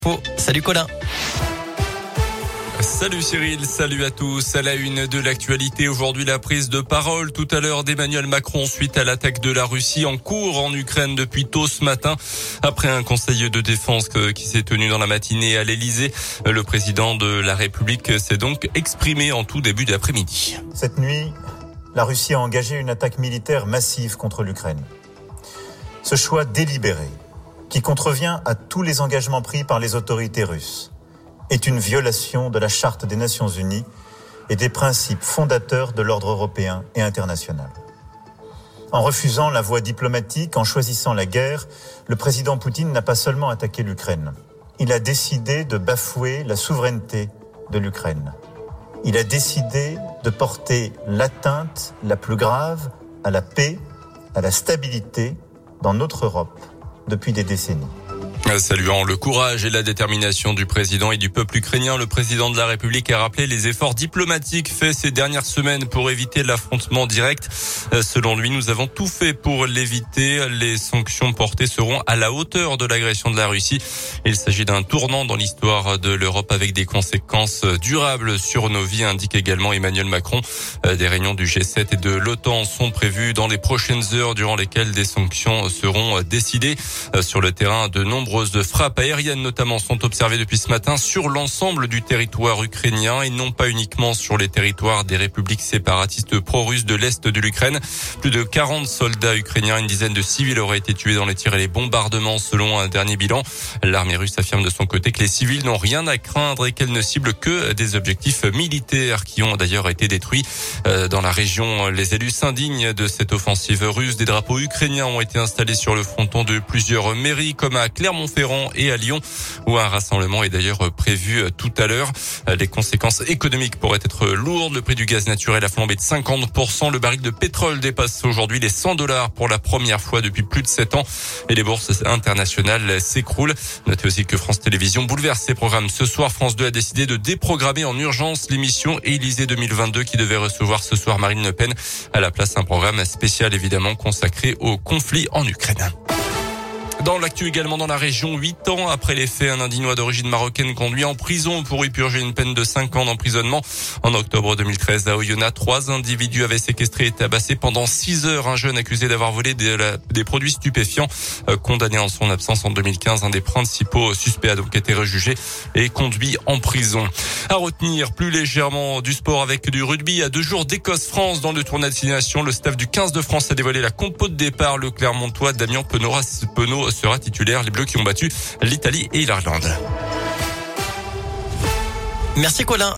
Salut Colin. Salut Cyril, salut à tous. À la une de l'actualité, aujourd'hui la prise de parole tout à l'heure d'Emmanuel Macron suite à l'attaque de la Russie en cours en Ukraine depuis tôt ce matin. Après un conseil de défense qui s'est tenu dans la matinée à l'Elysée, le président de la République s'est donc exprimé en tout début d'après-midi. Cette nuit, la Russie a engagé une attaque militaire massive contre l'Ukraine. Ce choix délibéré, qui contrevient à tous les engagements pris par les autorités russes, est une violation de la Charte des Nations Unies et des principes fondateurs de l'ordre européen et international. En refusant la voie diplomatique, en choisissant la guerre, le président Poutine n'a pas seulement attaqué l'Ukraine. Il a décidé de bafouer la souveraineté de l'Ukraine. Il a décidé de porter l'atteinte la plus grave à la paix, à la stabilité dans notre Europe depuis des décennies. Saluant le courage et la détermination du président et du peuple ukrainien, le président de la République a rappelé les efforts diplomatiques faits ces dernières semaines pour éviter l'affrontement direct. Selon lui, nous avons tout fait pour l'éviter. Les sanctions portées seront à la hauteur de l'agression de la Russie. Il s'agit d'un tournant dans l'histoire de l'Europe avec des conséquences durables sur nos vies, indique également Emmanuel Macron. Des réunions du G7 et de l'OTAN sont prévues dans les prochaines heures durant lesquelles des sanctions seront décidées. Sur le terrain, de nombreuses frappes aériennes notamment sont observées depuis ce matin sur l'ensemble du territoire ukrainien et non pas uniquement sur les territoires des républiques séparatistes pro-russes de l'Est de l'Ukraine. Plus de 40 soldats ukrainiens, une dizaine de civils auraient été tués dans les tirs et les bombardements selon un dernier bilan. L'armée russe affirme de son côté que les civils n'ont rien à craindre et qu'elle ne cible que des objectifs militaires qui ont d'ailleurs été détruits. Dans la région, les élus s'indignent de cette offensive russe. Des drapeaux ukrainiens ont été installés sur le fronton de plusieurs mairies comme à Clermont-Ferrand et à Lyon, où un rassemblement est d'ailleurs prévu tout à l'heure. Les conséquences économiques pourraient être lourdes. Le prix du gaz naturel a flambé de 50%. Le baril de pétrole dépasse aujourd'hui les $100 pour la première fois depuis plus de 7 ans. Et les bourses internationales s'écroulent. Notez aussi que France Télévisions bouleverse ses programmes. Ce soir, France 2 a décidé de déprogrammer en urgence l'émission Élysée 2022 qui devait recevoir ce soir Marine Le Pen. À la place, un programme spécial évidemment consacré au conflit en Ukraine. Dans l'actu également dans la région, 8 ans après les faits, un Indinois d'origine marocaine conduit en prison pour y purger une peine de 5 ans d'emprisonnement. En octobre 2013, à Oyonnax, 3 individus avaient séquestré et tabassé pendant 6 heures un jeune accusé d'avoir volé des produits stupéfiants. Condamné en son absence en 2015, un des principaux suspects a donc été rejugé et conduit en prison. À retenir plus légèrement du sport avec du rugby. À 2 jours d'Écosse-France dans le tournoi de destination, le staff du 15 de France a dévoilé la compo de départ. Le Clermontois Damien Penaud sera titulaire. Les Bleus qui ont battu l'Italie et l'Irlande. Merci Colin.